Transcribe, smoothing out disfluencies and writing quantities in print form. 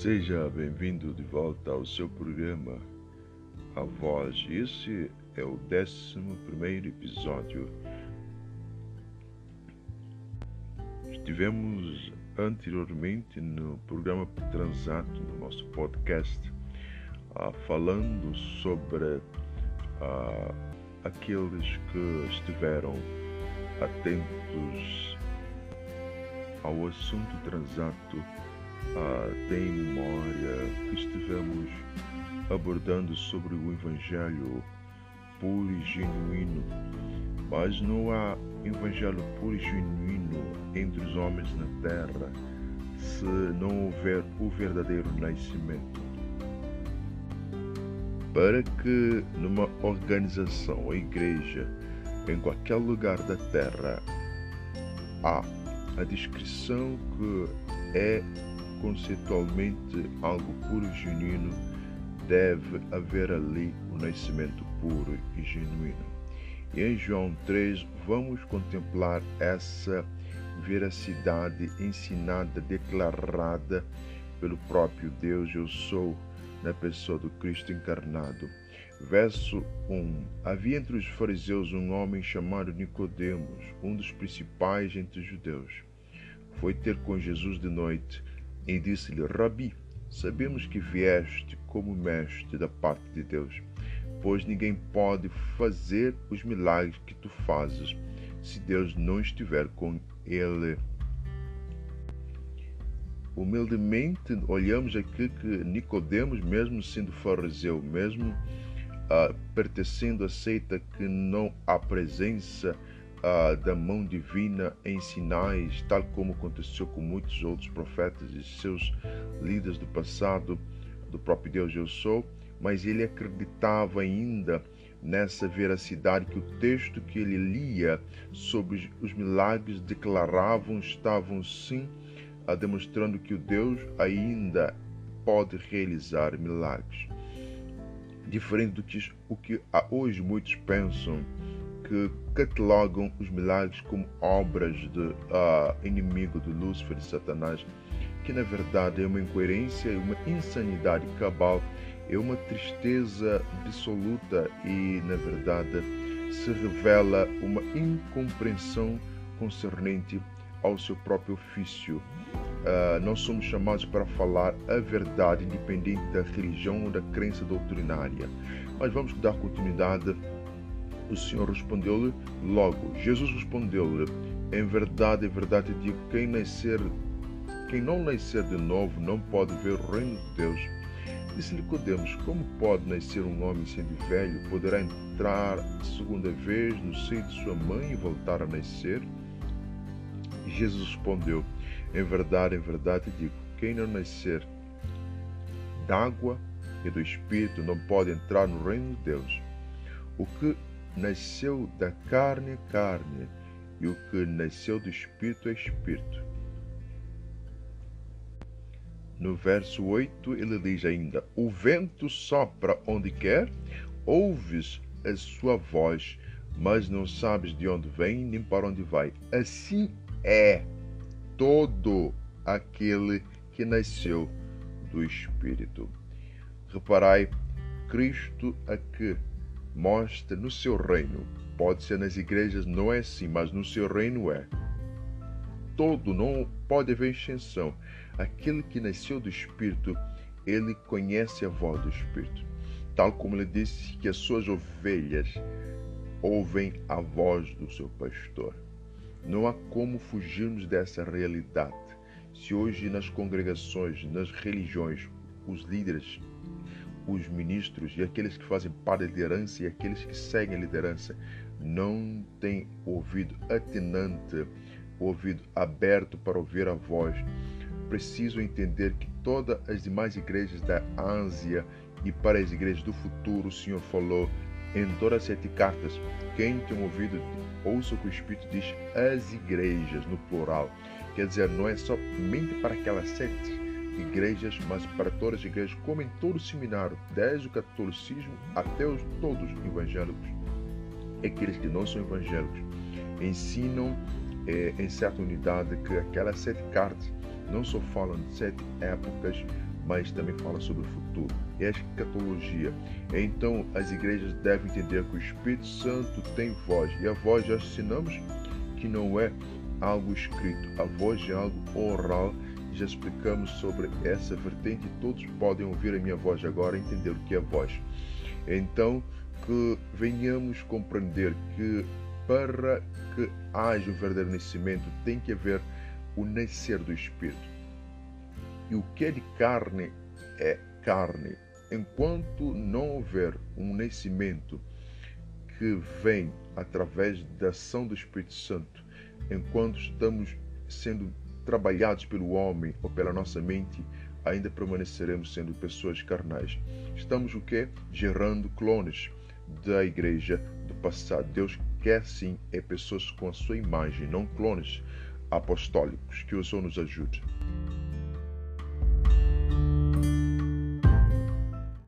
Seja bem-vindo de volta ao seu programa A Voz. Esse é o 11º episódio. Estivemos anteriormente no programa Transato, no nosso podcast, falando sobre aqueles que estiveram atentos ao assunto transato. Tem memória que estivemos abordando sobre o Evangelho puro e genuíno, mas não há Evangelho puro e genuíno entre os homens na terra se não houver o verdadeiro nascimento. Para que numa organização ou igreja, em qualquer lugar da terra, há a descrição que é conceitualmente algo puro e genuíno, deve haver ali o nascimento puro e genuíno. E em João 3 vamos contemplar essa veracidade ensinada, declarada pelo próprio Deus, eu sou, na pessoa do Cristo encarnado. Verso 1. Havia entre os fariseus um homem chamado Nicodemos, um dos principais entre os judeus. Foi ter com Jesus de noite e disse-lhe: Rabi, sabemos que vieste como mestre da parte de Deus, pois ninguém pode fazer os milagres que tu fazes, se Deus não estiver com ele. Humildemente olhamos aqui que Nicodemos, mesmo sendo fariseu, mesmo pertencendo à seita que não há presença da mão divina em sinais, tal como aconteceu com muitos outros profetas e seus líderes do passado, do próprio Deus eu sou, mas ele acreditava ainda nessa veracidade que o texto que ele lia sobre os milagres declaravam, estavam sim demonstrando que o Deus ainda pode realizar milagres. Diferente do que o que hoje muitos pensam, que catalogam os milagres como obras de inimigo de Lúcifer, de Satanás, que na verdade é uma incoerência, uma insanidade cabal, é uma tristeza absoluta e na verdade se revela uma incompreensão concernente ao seu próprio ofício. Nós somos chamados para falar a verdade, independente da religião ou da crença doutrinária. Mas vamos dar continuidade. O Senhor respondeu-lhe logo. Jesus respondeu-lhe: em verdade, digo, quem não nascer de novo não pode ver o reino de Deus. Disse-lhe Nicodemos: como pode nascer um homem sendo velho? Poderá entrar segunda vez no seio de sua mãe e voltar a nascer? E Jesus respondeu: em verdade, digo, quem não nascer d'água e do Espírito não pode entrar no reino de Deus. O que nasceu da carne é carne, e o que nasceu do Espírito é Espírito. No verso 8 ele diz ainda: o vento sopra onde quer, ouves a sua voz, mas não sabes de onde vem nem para onde vai. Assim é todo aquele que nasceu do Espírito. Reparai, Cristo aqui mostra no seu reino, pode ser nas igrejas, não é assim, mas no seu reino é. Todo, não pode haver exceção. Aquele que nasceu do Espírito, ele conhece a voz do Espírito. Tal como ele disse que as suas ovelhas ouvem a voz do seu pastor. Não há como fugirmos dessa realidade. Se hoje nas congregações, nas religiões, os líderes, os ministros e aqueles que fazem parte da liderança e aqueles que seguem a liderança não têm ouvido atinante, ouvido aberto para ouvir a voz, precisam entender que todas as demais igrejas da Ásia e para as igrejas do futuro, o Senhor falou em todas as 7 cartas, quem tem ouvido, ouça o que o Espírito diz às igrejas, no plural. Quer dizer, não é somente para aquelas 7 igrejas, mas para todas as igrejas, como em todo o seminário, desde o catolicismo até todos os evangélicos. Aqueles que não são evangélicos ensinam em certa unidade que aquelas 7 cartas não só falam de 7 épocas, mas também fala sobre o futuro. É a escatologia. Então, as igrejas devem entender que o Espírito Santo tem voz, e a voz já ensinamos que não é algo escrito, a voz é algo oral. Já explicamos sobre essa vertente, todos podem ouvir a minha voz agora e entender o que é voz. Então, que venhamos compreender que para que haja o verdadeiro nascimento tem que haver o nascer do Espírito. E o que é de carne é carne. Enquanto não houver um nascimento que vem através da ação do Espírito Santo, enquanto estamos sendo trabalhados pelo homem ou pela nossa mente, ainda permaneceremos sendo pessoas carnais. Estamos o quê? Gerando clones da igreja do passado. Deus quer sim pessoas com a sua imagem, não clones apostólicos. Que o Senhor nos ajude.